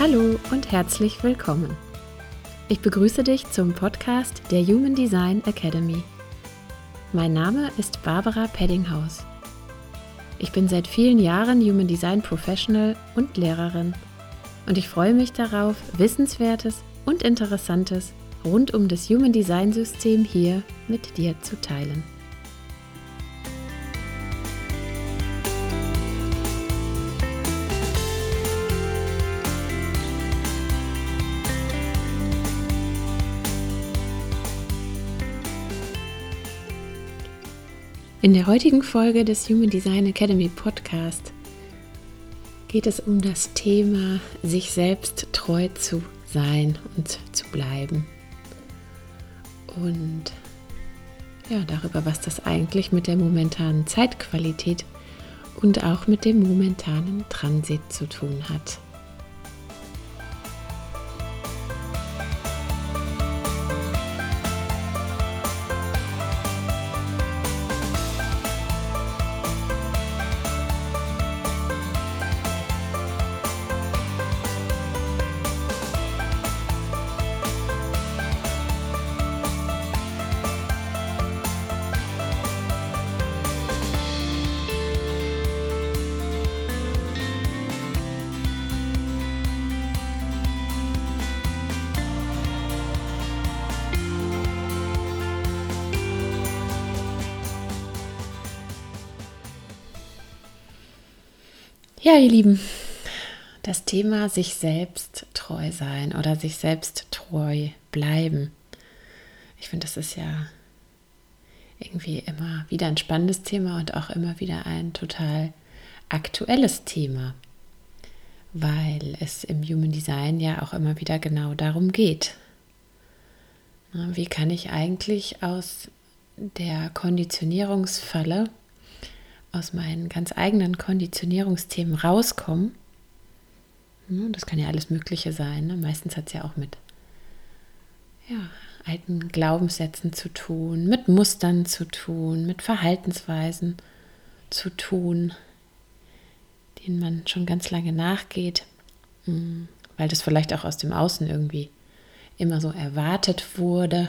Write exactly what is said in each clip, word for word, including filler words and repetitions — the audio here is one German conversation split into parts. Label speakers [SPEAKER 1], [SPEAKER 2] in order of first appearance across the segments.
[SPEAKER 1] Hallo und herzlich willkommen. Ich begrüße dich zum Podcast der Human Design Academy. Mein Name ist Barbara Peddinghaus. Ich bin seit vielen Jahren Human Design Professional und Lehrerin und ich freue mich darauf, Wissenswertes und Interessantes rund um das Human Design System hier mit dir zu teilen. In der heutigen Folge des Human Design Academy Podcast geht es um das Thema, sich selbst treu zu sein und zu bleiben. Und ja, darüber, was das eigentlich mit der momentanen Zeitqualität und auch mit dem momentanen Transit zu tun hat. Ja, ihr Lieben, das Thema sich selbst treu sein oder sich selbst treu bleiben. Ich finde, das ist ja irgendwie immer wieder ein spannendes Thema und auch immer wieder ein total aktuelles Thema, weil es im Human Design ja auch immer wieder genau darum geht. Wie kann ich eigentlich aus der Konditionierungsfalle, aus meinen ganz eigenen Konditionierungsthemen rauskommen? Das kann ja alles Mögliche sein. Ne? Meistens hat es ja auch mit ja, alten Glaubenssätzen zu tun, mit Mustern zu tun, mit Verhaltensweisen zu tun, denen man schon ganz lange nachgeht, weil das vielleicht auch aus dem Außen irgendwie immer so erwartet wurde.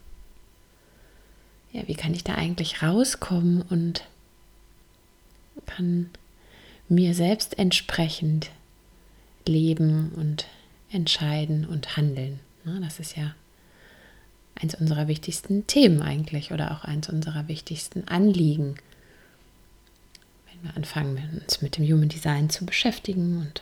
[SPEAKER 1] Ja, wie kann ich da eigentlich rauskommen und kann mir selbst entsprechend leben und entscheiden und handeln. Das ist ja eins unserer wichtigsten Themen eigentlich oder auch eins unserer wichtigsten Anliegen, wenn wir anfangen, uns mit dem Human Design zu beschäftigen und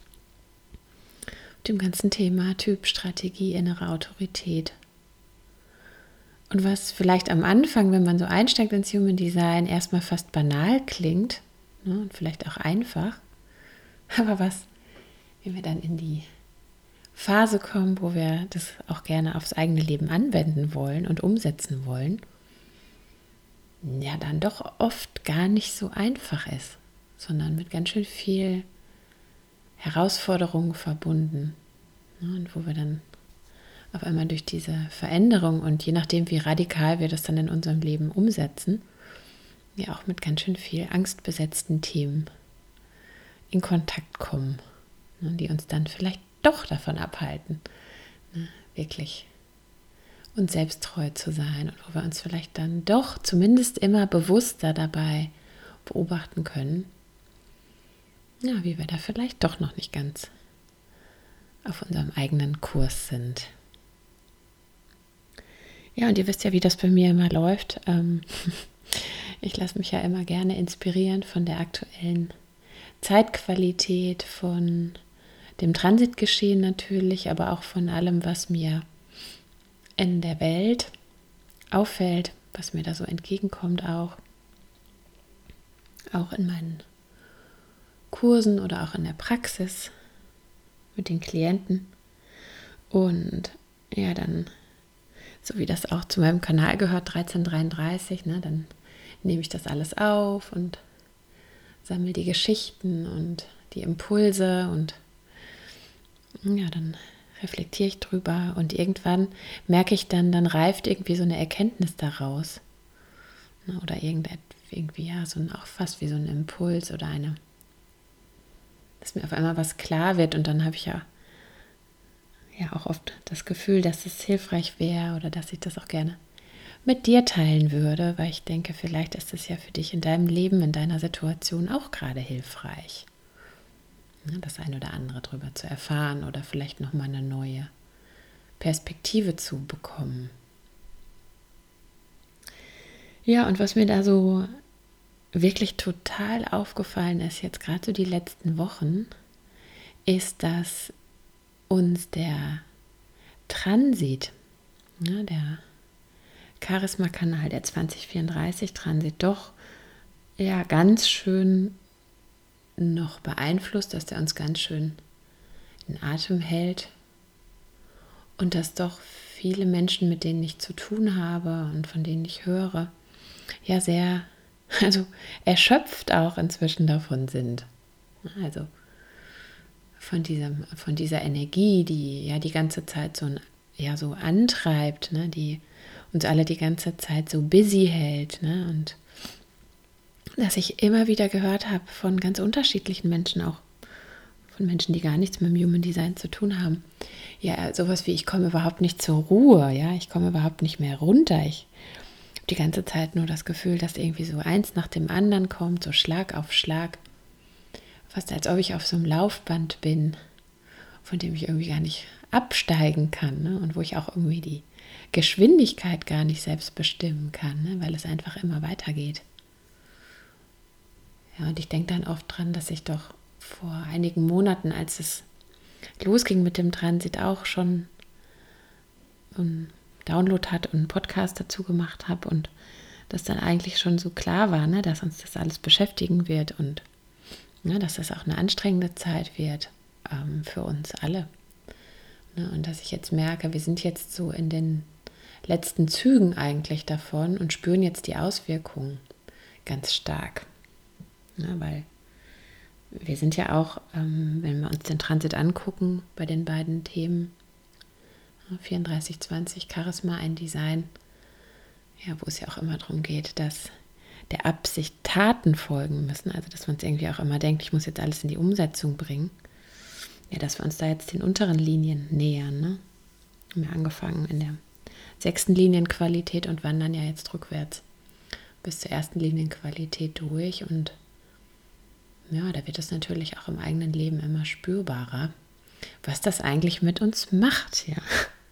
[SPEAKER 1] dem ganzen Thema Typ, Strategie, innere Autorität. Und was vielleicht am Anfang, wenn man so einsteigt ins Human Design, erstmal fast banal klingt, ne, und vielleicht auch einfach, aber was, wenn wir dann in die Phase kommen, wo wir das auch gerne aufs eigene Leben anwenden wollen und umsetzen wollen, ja, dann doch oft gar nicht so einfach ist, sondern mit ganz schön viel Herausforderungen verbunden, ne, und wo wir dann auf einmal durch diese Veränderung und je nachdem, wie radikal wir das dann in unserem Leben umsetzen, ja auch mit ganz schön viel angstbesetzten Themen in Kontakt kommen, ne, die uns dann vielleicht doch davon abhalten, ne, wirklich uns selbst treu zu sein und wo wir uns vielleicht dann doch zumindest immer bewusster dabei beobachten können, ja, wie wir da vielleicht doch noch nicht ganz auf unserem eigenen Kurs sind. Ja, und ihr wisst ja, wie das bei mir immer läuft. Ich lasse mich ja immer gerne inspirieren von der aktuellen Zeitqualität, von dem Transitgeschehen natürlich, aber auch von allem, was mir in der Welt auffällt, was mir da so entgegenkommt auch. Auch in meinen Kursen oder auch in der Praxis mit den Klienten. Und ja, dann, so wie das auch zu meinem Kanal gehört, dreizehn dreiunddreißig, ne, dann nehme ich das alles auf und sammle die Geschichten und die Impulse und ja, dann reflektiere ich drüber und irgendwann merke ich dann, dann reift irgendwie so eine Erkenntnis daraus. Ne, oder irgendetwas, irgendwie, ja, so ein, auch fast wie so ein Impuls oder eine, dass mir auf einmal was klar wird und dann habe ich ja ja auch oft das Gefühl, dass es hilfreich wäre oder dass ich das auch gerne mit dir teilen würde, weil ich denke, vielleicht ist es ja für dich in deinem Leben, in deiner Situation auch gerade hilfreich, ja, das ein oder andere drüber zu erfahren oder vielleicht nochmal eine neue Perspektive zu bekommen. Ja, und was mir da so wirklich total aufgefallen ist, jetzt gerade so die letzten Wochen, ist, dass uns der Transit, ja, der Charisma-Kanal, der zwanzig vierunddreißig Transit, doch ja ganz schön noch beeinflusst, dass der uns ganz schön in Atem hält und dass doch viele Menschen, mit denen ich zu tun habe und von denen ich höre, ja sehr, also erschöpft auch inzwischen davon sind. Also von diesem, von dieser Energie, die ja die ganze Zeit so, ja, so antreibt, ne, die uns alle die ganze Zeit so busy hält, ne, und dass ich immer wieder gehört habe von ganz unterschiedlichen Menschen, auch von Menschen, die gar nichts mit dem Human Design zu tun haben. Ja, sowas wie, ich komme überhaupt nicht zur Ruhe, ja, ich komme überhaupt nicht mehr runter. Ich habe die ganze Zeit nur das Gefühl, dass irgendwie so eins nach dem anderen kommt, so Schlag auf Schlag. Fast als ob ich auf so einem Laufband bin, von dem ich irgendwie gar nicht absteigen kann, ne? Und wo ich auch irgendwie die Geschwindigkeit gar nicht selbst bestimmen kann, ne? Weil es einfach immer weitergeht. Ja, und ich denke dann oft dran, dass ich doch vor einigen Monaten, als es losging mit dem Transit, auch schon einen Download hat und einen Podcast dazu gemacht habe und das dann eigentlich schon so klar war, ne, dass uns das alles beschäftigen wird und ne, dass das auch eine anstrengende Zeit wird ähm, für uns alle. Ne, und dass ich jetzt merke, wir sind jetzt so in den letzten Zügen eigentlich davon und spüren jetzt die Auswirkungen ganz stark. Ne, weil wir sind ja auch, ähm, wenn wir uns den Transit angucken, bei den beiden Themen, vierunddreißig zwanzig, Charisma, ein Design, ja, wo es ja auch immer darum geht, dass der Absicht Taten folgen müssen, also dass man es irgendwie auch immer denkt, ich muss jetzt alles in die Umsetzung bringen, ja, dass wir uns da jetzt den unteren Linien nähern, ne? Wir haben ja angefangen in der sechsten Linienqualität und wandern ja jetzt rückwärts bis zur ersten Linienqualität durch und ja, da wird es natürlich auch im eigenen Leben immer spürbarer, was das eigentlich mit uns macht, ja.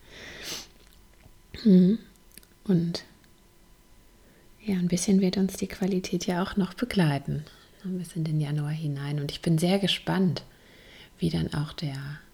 [SPEAKER 1] Und ja, ein bisschen wird uns die Qualität ja auch noch begleiten, bis in den Januar hinein. Und ich bin sehr gespannt, wie dann auch der,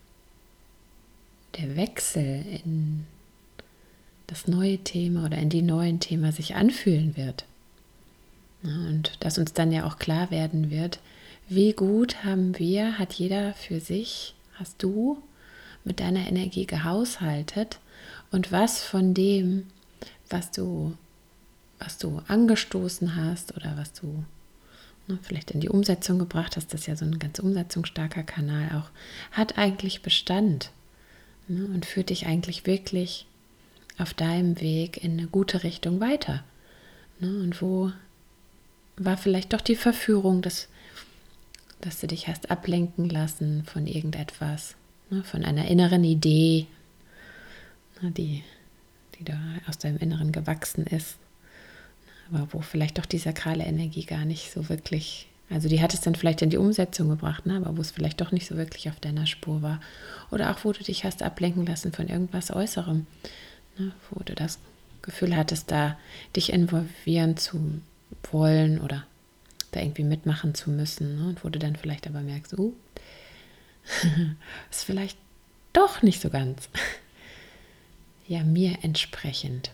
[SPEAKER 1] der Wechsel in das neue Thema oder in die neuen Themen sich anfühlen wird. Und dass uns dann ja auch klar werden wird, wie gut haben wir, hat jeder für sich, hast du mit deiner Energie gehaushaltet und was von dem, was du, was du angestoßen hast oder was du ne, vielleicht in die Umsetzung gebracht hast, das ist ja so ein ganz umsetzungsstarker Kanal auch, hat eigentlich Bestand, ne, und führt dich eigentlich wirklich auf deinem Weg in eine gute Richtung weiter. Ne, und wo war vielleicht doch die Verführung, dass, dass du dich hast ablenken lassen von irgendetwas, ne, von einer inneren Idee, ne, die, die da aus deinem Inneren gewachsen ist, aber wo vielleicht doch die sakrale Energie gar nicht so wirklich, also die hat es dann vielleicht in die Umsetzung gebracht, ne, aber wo es vielleicht doch nicht so wirklich auf deiner Spur war. Oder auch, wo du dich hast ablenken lassen von irgendwas Äußerem, ne, wo du das Gefühl hattest, da dich involvieren zu wollen oder da irgendwie mitmachen zu müssen, ne? Und wo du dann vielleicht aber merkst, uh, ist vielleicht doch nicht so ganz ja mir entsprechend.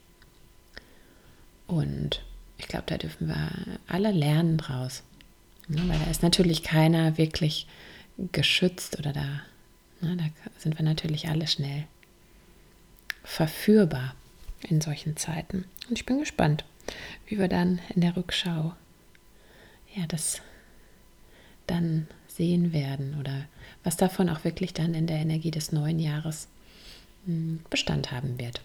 [SPEAKER 1] Und ich glaube, da dürfen wir alle lernen draus, ne? Weil da ist natürlich keiner wirklich geschützt oder da, ne, da sind wir natürlich alle schnell verführbar in solchen Zeiten. Und ich bin gespannt, wie wir dann in der Rückschau ja das dann sehen werden oder was davon auch wirklich dann in der Energie des neuen Jahres Bestand haben wird.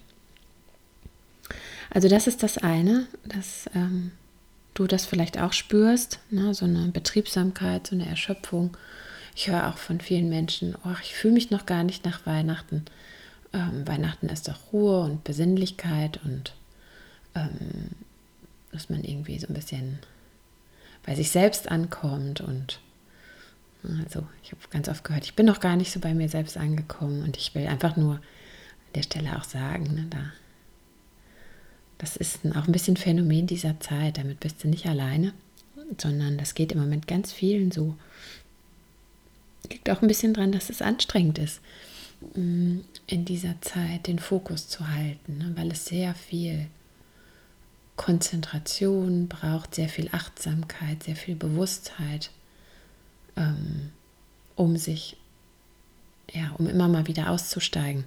[SPEAKER 1] Also das ist das eine, dass ähm, du das vielleicht auch spürst, ne, so eine Betriebsamkeit, so eine Erschöpfung, ich höre auch von vielen Menschen, oh, ich fühle mich noch gar nicht nach Weihnachten. Ähm, Weihnachten ist doch Ruhe und Besinnlichkeit und ähm, dass man irgendwie so ein bisschen bei sich selbst ankommt. Und also ich habe ganz oft gehört, ich bin noch gar nicht so bei mir selbst angekommen und ich will einfach nur an der Stelle auch sagen, ne, da, das ist auch ein bisschen Phänomen dieser Zeit, damit bist du nicht alleine, sondern das geht im Moment ganz vielen so. Liegt auch ein bisschen dran, dass es anstrengend ist, in dieser Zeit den Fokus zu halten, ne, weil es sehr viel Konzentration braucht, sehr viel Achtsamkeit, sehr viel Bewusstheit, ähm, um sich, ja, um immer mal wieder auszusteigen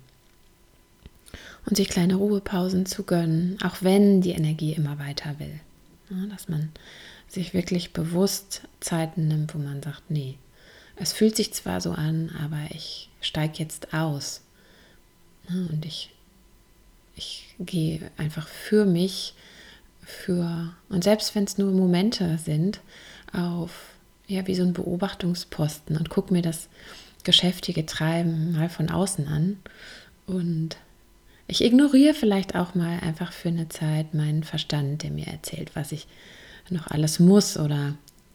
[SPEAKER 1] und sich kleine Ruhepausen zu gönnen, auch wenn die Energie immer weiter will. Ja, dass man sich wirklich bewusst Zeiten nimmt, wo man sagt, nee, es fühlt sich zwar so an, aber ich steige jetzt aus. Ja, und ich, ich gehe einfach für mich, für, und selbst wenn es nur Momente sind, auf, ja, wie so ein Beobachtungsposten und gucke mir das geschäftige Treiben mal von außen an und ich ignoriere vielleicht auch mal einfach für eine Zeit meinen Verstand, der mir erzählt, was ich noch alles muss oder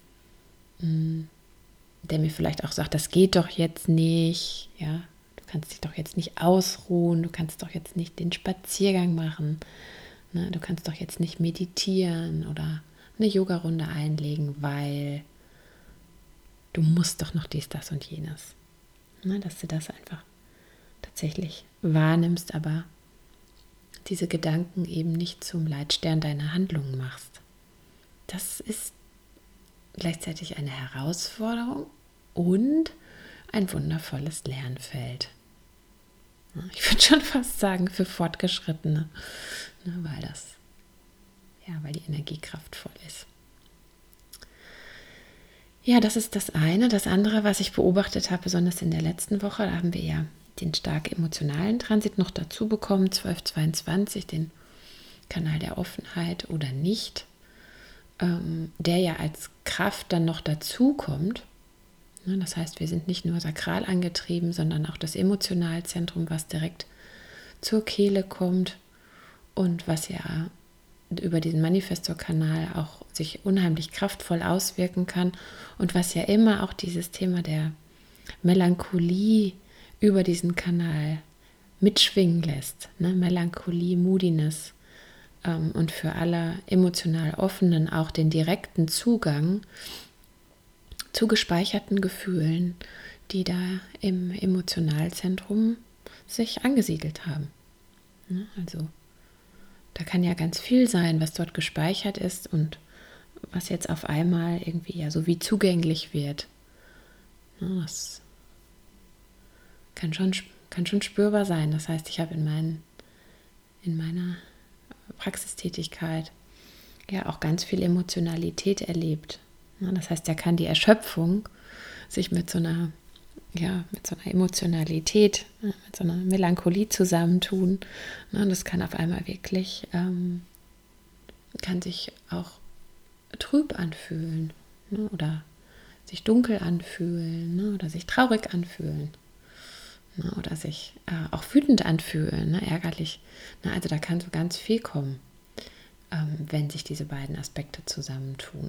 [SPEAKER 1] mh, der mir vielleicht auch sagt, das geht doch jetzt nicht, ja, du kannst dich doch jetzt nicht ausruhen, du kannst doch jetzt nicht den Spaziergang machen, ne, du kannst doch jetzt nicht meditieren oder eine Yoga-Runde einlegen, weil du musst doch noch dies, das und jenes. Ne, dass du das einfach tatsächlich wahrnimmst, aber diese Gedanken eben nicht zum Leitstern deiner Handlungen machst. Das ist gleichzeitig eine Herausforderung und ein wundervolles Lernfeld. Ich würde schon fast sagen für Fortgeschrittene, ne, weil das, ja, weil die Energie kraftvoll ist. Ja, das ist das eine. Das andere, was ich beobachtet habe, besonders in der letzten Woche, da haben wir ja den stark emotionalen Transit noch dazu bekommen, zwölf zweiundzwanzig, den Kanal der Offenheit oder nicht, ähm, der ja als Kraft dann noch dazu kommt. Das heißt, wir sind nicht nur sakral angetrieben, sondern auch das Emotionalzentrum, was direkt zur Kehle kommt und was ja über diesen Manifestor-Kanal auch sich unheimlich kraftvoll auswirken kann und was ja immer auch dieses Thema der Melancholie über diesen Kanal mitschwingen lässt. Ne? Melancholie, Moodiness ähm, und für alle emotional Offenen auch den direkten Zugang zu gespeicherten Gefühlen, die da im Emotionalzentrum sich angesiedelt haben. Ne? Also da kann ja ganz viel sein, was dort gespeichert ist und was jetzt auf einmal irgendwie ja so wie zugänglich wird. Ne? Das kann schon, kann schon spürbar sein. Das heißt, ich habe in, meinen, in meiner Praxistätigkeit ja auch ganz viel Emotionalität erlebt. Das heißt, da kann die Erschöpfung sich mit so einer, ja, mit so einer Emotionalität, mit so einer Melancholie zusammentun. Das kann auf einmal wirklich, ähm, kann sich auch trüb anfühlen, ne? Oder sich dunkel anfühlen, ne? Oder sich traurig anfühlen, ne? Oder sich äh, auch wütend anfühlen, ne? Ärgerlich. Ne? Also da kann so ganz viel kommen, ähm, wenn sich diese beiden Aspekte zusammentun.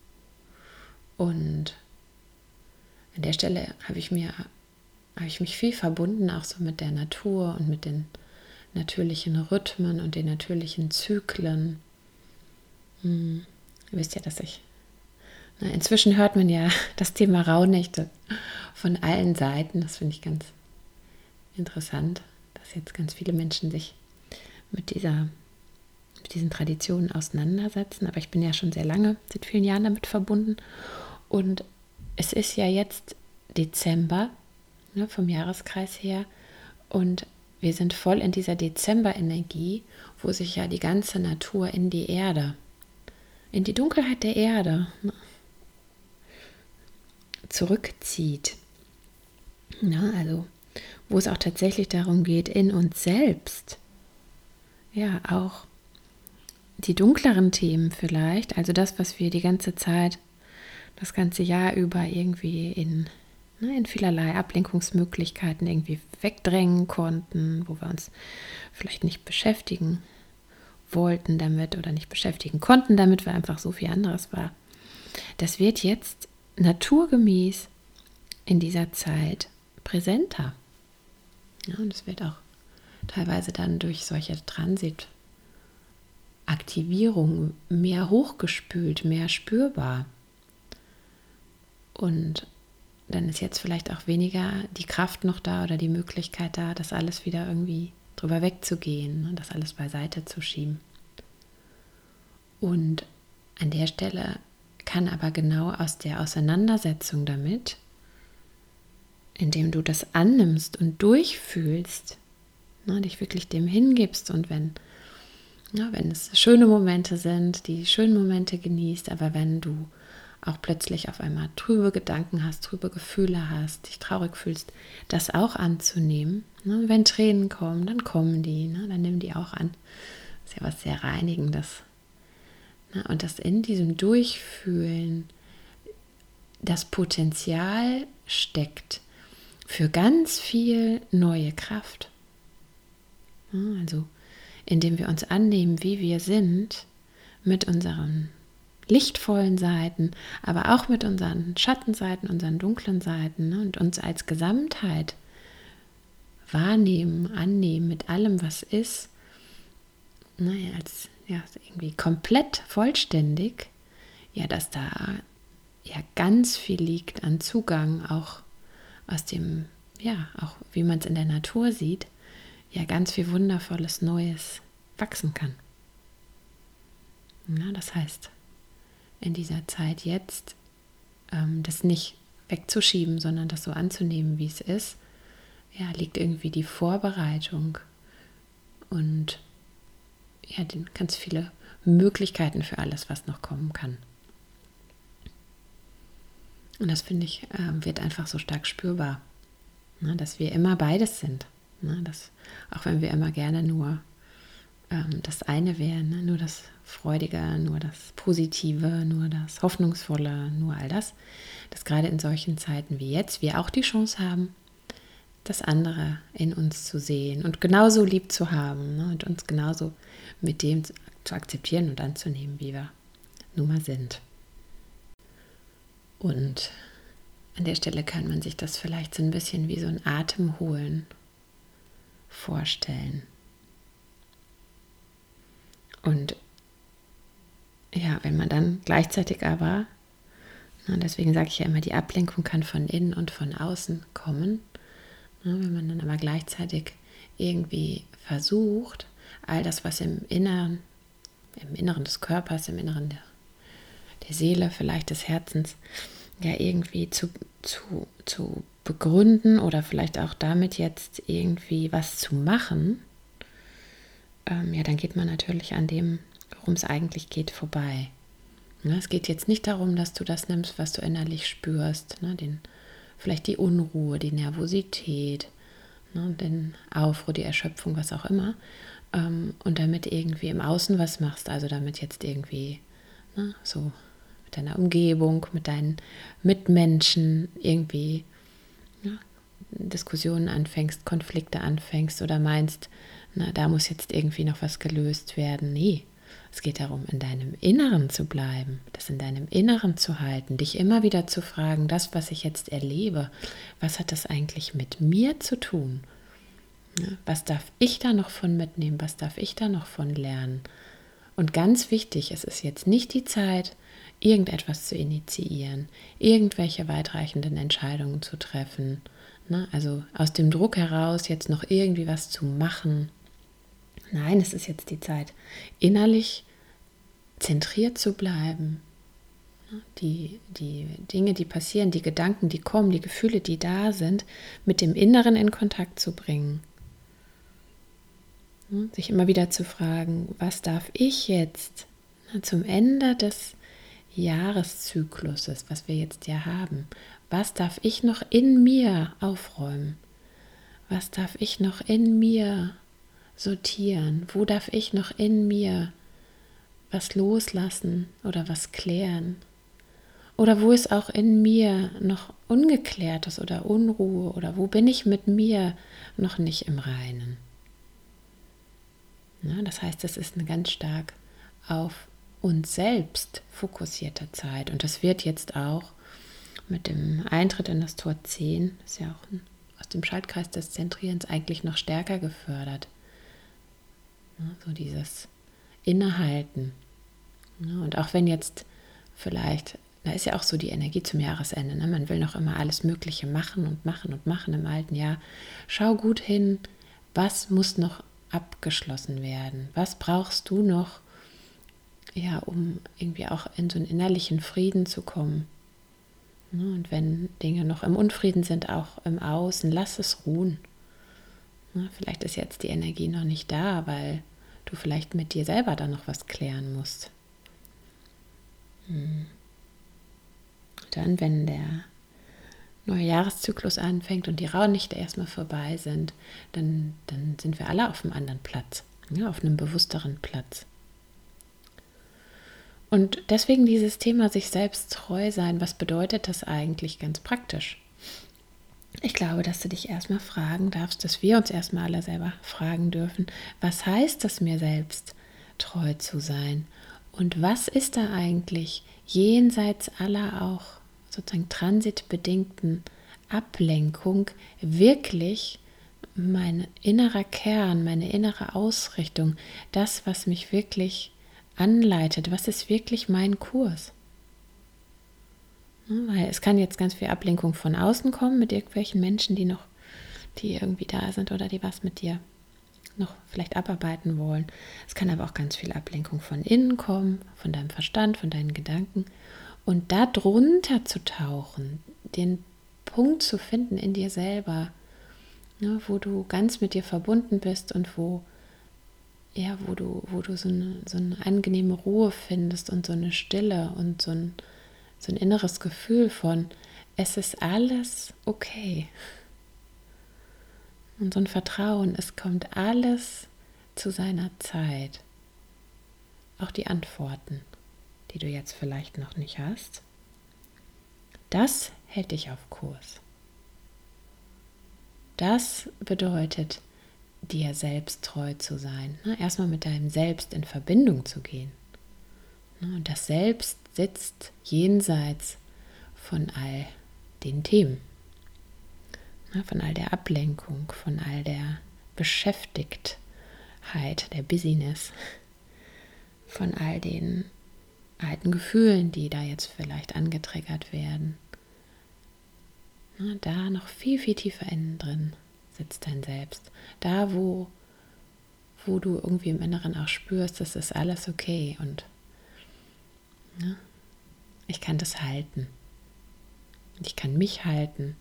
[SPEAKER 1] Und an der Stelle habe ich mir, habe ich mich viel verbunden, auch so mit der Natur und mit den natürlichen Rhythmen und den natürlichen Zyklen. Hm, ihr wisst ja, dass ich, na, inzwischen hört man ja das Thema Rauhnächte von allen Seiten. Das finde ich ganz interessant, dass jetzt ganz viele Menschen sich mit dieser, mit diesen Traditionen auseinandersetzen. Aber ich bin ja schon sehr lange, seit vielen Jahren damit verbunden. Und es ist ja jetzt Dezember, ne, vom Jahreskreis her. Und wir sind voll in dieser Dezember-Energie, wo sich ja die ganze Natur in die Erde, in die Dunkelheit der Erde, ne, zurückzieht. Ja, also wo es auch tatsächlich darum geht, in uns selbst, ja, auch die dunkleren Themen vielleicht, also das, was wir die ganze Zeit, das ganze Jahr über irgendwie in, ne, in vielerlei Ablenkungsmöglichkeiten irgendwie wegdrängen konnten, wo wir uns vielleicht nicht beschäftigen wollten damit oder nicht beschäftigen konnten damit, weil einfach so viel anderes war. Das wird jetzt naturgemäß in dieser Zeit präsenter. Ja, und es wird auch teilweise dann durch solche Transitaktivierungen mehr hochgespült, mehr spürbar. Und dann ist jetzt vielleicht auch weniger die Kraft noch da oder die Möglichkeit da, das alles wieder irgendwie drüber wegzugehen und das alles beiseite zu schieben. Und an der Stelle kann aber genau aus der Auseinandersetzung damit, indem du das annimmst und durchfühlst, ne, dich wirklich dem hingibst und wenn, ja, wenn es schöne Momente sind, die schönen Momente genießt, aber wenn du auch plötzlich auf einmal trübe Gedanken hast, trübe Gefühle hast, dich traurig fühlst, das auch anzunehmen. Ne? Wenn Tränen kommen, dann kommen die, ne? Dann nimm die auch an. Das ist ja was sehr Reinigendes. Ne? Und dass in diesem Durchfühlen das Potenzial steckt für ganz viel neue Kraft. Ne? Also indem wir uns annehmen, wie wir sind, mit unseren lichtvollen Seiten, aber auch mit unseren Schattenseiten, unseren dunklen Seiten, ne, und uns als Gesamtheit wahrnehmen, annehmen mit allem, was ist, ne, als ja, irgendwie komplett vollständig, ja, dass da ja ganz viel liegt an Zugang, auch aus dem, ja, auch wie man es in der Natur sieht, ja, ganz viel Wundervolles Neues wachsen kann. Ja, das heißt, in dieser Zeit jetzt ähm, das nicht wegzuschieben, sondern das so anzunehmen, wie es ist, ja, liegt irgendwie die Vorbereitung und ja, ganz viele Möglichkeiten für alles, was noch kommen kann. Und das, finde ich, äh, wird einfach so stark spürbar, ne, dass wir immer beides sind. Ne, dass, auch wenn wir immer gerne nur ähm, das eine wären, ne, nur das Freudige, nur das Positive, nur das Hoffnungsvolle, nur all das, dass gerade in solchen Zeiten wie jetzt wir auch die Chance haben, das andere in uns zu sehen und genauso lieb zu haben, ne, und uns genauso mit dem zu, zu akzeptieren und anzunehmen, wie wir nun mal sind. Und an der Stelle kann man sich das vielleicht so ein bisschen wie so ein Atemholen vorstellen. Und ja, wenn man dann gleichzeitig aber, na, deswegen sage ich ja immer, die Ablenkung kann von innen und von außen kommen, na, wenn man dann aber gleichzeitig irgendwie versucht, all das, was im Inneren, im Inneren des Körpers, im Inneren der, der Seele, vielleicht des Herzens, ja irgendwie zu, zu, zu begründen oder vielleicht auch damit jetzt irgendwie was zu machen, ähm, ja, dann geht man natürlich an dem, worum es eigentlich geht, vorbei. Ne, es geht jetzt nicht darum, dass du das nimmst, was du innerlich spürst, ne, den, vielleicht die Unruhe, die Nervosität, ne, den Aufruhr, die Erschöpfung, was auch immer, ähm, und damit irgendwie im Außen was machst, also damit jetzt irgendwie, ne, so mit deiner Umgebung, mit deinen Mitmenschen irgendwie, ja, Diskussionen anfängst, Konflikte anfängst oder meinst, na, da muss jetzt irgendwie noch was gelöst werden. Nee, es geht darum, in deinem Inneren zu bleiben, das in deinem Inneren zu halten, dich immer wieder zu fragen, das, was ich jetzt erlebe, was hat das eigentlich mit mir zu tun? Was darf ich da noch von mitnehmen? Was darf ich da noch von lernen? Und ganz wichtig, es ist jetzt nicht die Zeit, irgendetwas zu initiieren, irgendwelche weitreichenden Entscheidungen zu treffen, ne? Also aus dem Druck heraus jetzt noch irgendwie was zu machen. Nein, es ist jetzt die Zeit, innerlich zentriert zu bleiben. Die, die Dinge, die passieren, die Gedanken, die kommen, die Gefühle, die da sind, mit dem Inneren in Kontakt zu bringen. Sich immer wieder zu fragen, was darf ich jetzt zum Ende des Jahreszykluses, was wir jetzt ja haben, was darf ich noch in mir aufräumen? Was darf ich noch in mir sortieren? Wo darf ich noch in mir was loslassen oder was klären? Oder wo ist auch in mir noch Ungeklärtes oder Unruhe oder wo bin ich mit mir noch nicht im Reinen. Ja, das heißt, es ist eine ganz stark auf uns selbst fokussierte Zeit. Und das wird jetzt auch mit dem Eintritt in das Tor zehn, ist ja auch ein, aus dem Schaltkreis des Zentrierens eigentlich noch stärker gefördert. Ja, so dieses Innehalten. Ja, und auch wenn jetzt vielleicht, da ist ja auch so die Energie zum Jahresende, ne? Man will noch immer alles Mögliche machen und machen und machen im alten Jahr. Schau gut hin, was muss noch abgeschlossen werden? Was brauchst du noch, ja, um irgendwie auch in so einen innerlichen Frieden zu kommen? Und wenn Dinge noch im Unfrieden sind, auch im Außen, lass es ruhen. Vielleicht ist jetzt die Energie noch nicht da, weil du vielleicht mit dir selber da noch was klären musst. Dann, wenn der neue Jahreszyklus anfängt und die Rauhnächte erstmal vorbei sind, dann, dann sind wir alle auf einem anderen Platz, ja, auf einem bewussteren Platz. Und deswegen dieses Thema sich selbst treu sein, was bedeutet das eigentlich ganz praktisch? Ich glaube, dass du dich erstmal fragen darfst, dass wir uns erstmal alle selber fragen dürfen, was heißt es, mir selbst treu zu sein? Und was ist da eigentlich jenseits aller auch sozusagen transitbedingten Ablenkung wirklich mein innerer Kern, meine innere Ausrichtung, das, was mich wirklich anleitet, was ist wirklich mein Kurs? Weil es kann jetzt ganz viel Ablenkung von außen kommen mit irgendwelchen Menschen, die noch, die irgendwie da sind oder die was mit dir noch vielleicht abarbeiten wollen. Es kann aber auch ganz viel Ablenkung von innen kommen, von deinem Verstand, von deinen Gedanken. Und da drunter zu tauchen, den Punkt zu finden in dir selber, ne, wo du ganz mit dir verbunden bist und wo, ja, wo du, wo du so eine, so eine angenehme Ruhe findest und so eine Stille und so ein, so ein inneres Gefühl von, es ist alles okay. Und so ein Vertrauen, es kommt alles zu seiner Zeit. Auch die Antworten, die du jetzt vielleicht noch nicht hast. Das hält dich auf Kurs. Das bedeutet, dir selbst treu zu sein. Erstmal mit deinem Selbst in Verbindung zu gehen. Und das Selbst sitzt jenseits von all den Themen. Von all der Ablenkung, von all der Beschäftigtheit, der Busyness, von all den alten Gefühlen, die da jetzt vielleicht angetriggert werden. Da noch viel, viel tiefer innen drin sitzt dein Selbst. Da, wo, wo du irgendwie im Inneren auch spürst, das ist alles okay und ja, ich kann das halten. Ich kann mich halten.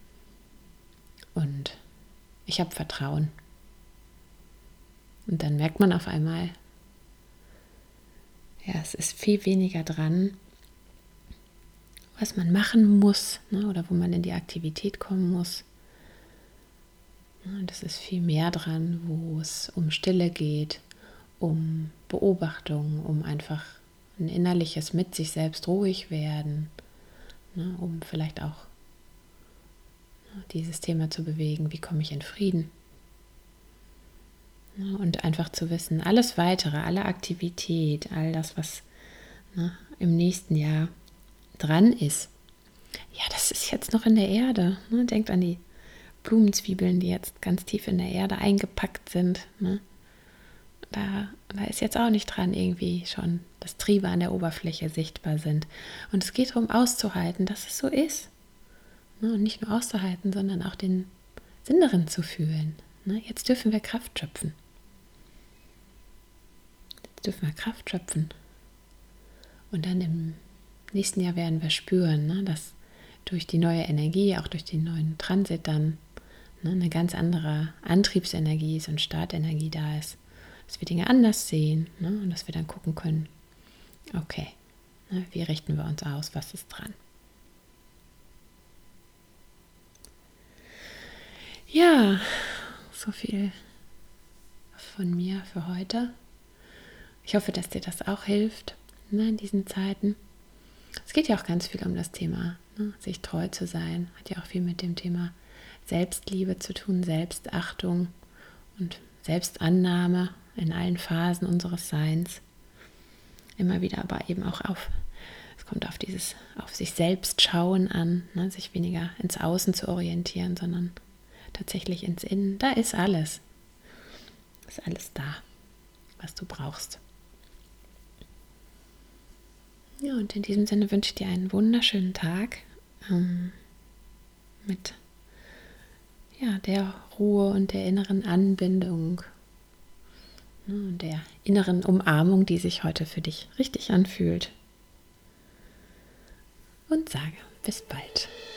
[SPEAKER 1] Und ich habe Vertrauen. Und dann merkt man auf einmal, ja, es ist viel weniger dran, was man machen muss, ne, oder wo man in die Aktivität kommen muss. Und es ist viel mehr dran, wo es um Stille geht, um Beobachtung, um einfach ein innerliches mit sich selbst ruhig werden, ne, um vielleicht auch dieses Thema zu bewegen, wie komme ich in Frieden? Und einfach zu wissen, alles Weitere, alle Aktivität, all das, was ne, im nächsten Jahr dran ist, ja, das ist jetzt noch in der Erde. Ne? Denkt an die Blumenzwiebeln, die jetzt ganz tief in der Erde eingepackt sind. Ne? Da, da ist jetzt auch nicht dran irgendwie schon, dass Triebe an der Oberfläche sichtbar sind. Und es geht darum, auszuhalten, dass es so ist. Und nicht nur auszuhalten, sondern auch den Sinn darin zu fühlen. Jetzt dürfen wir Kraft schöpfen. Jetzt dürfen wir Kraft schöpfen. Und dann im nächsten Jahr werden wir spüren, dass durch die neue Energie, auch durch den neuen Transit dann eine ganz andere Antriebsenergie ist und Startenergie da ist. Dass wir Dinge anders sehen und dass wir dann gucken können, okay, wie richten wir uns aus, was ist dran? Ja, so viel von mir für heute. Ich hoffe, dass dir das auch hilft, ne, in diesen Zeiten. Es geht ja auch ganz viel um das Thema, Ne? Sich treu zu sein, hat ja auch viel mit dem Thema Selbstliebe zu tun, Selbstachtung und Selbstannahme in allen Phasen unseres Seins. Immer wieder aber eben auch auf, es kommt auf dieses, auf sich selbst schauen an, ne? Sich weniger ins Außen zu orientieren, sondern tatsächlich ins Innen. Da ist alles. Ist alles da, was du brauchst. Ja, und in diesem Sinne wünsche ich dir einen wunderschönen Tag ähm, mit ja, der Ruhe und der inneren Anbindung, ne, und der inneren Umarmung, die sich heute für dich richtig anfühlt. Und sage bis bald.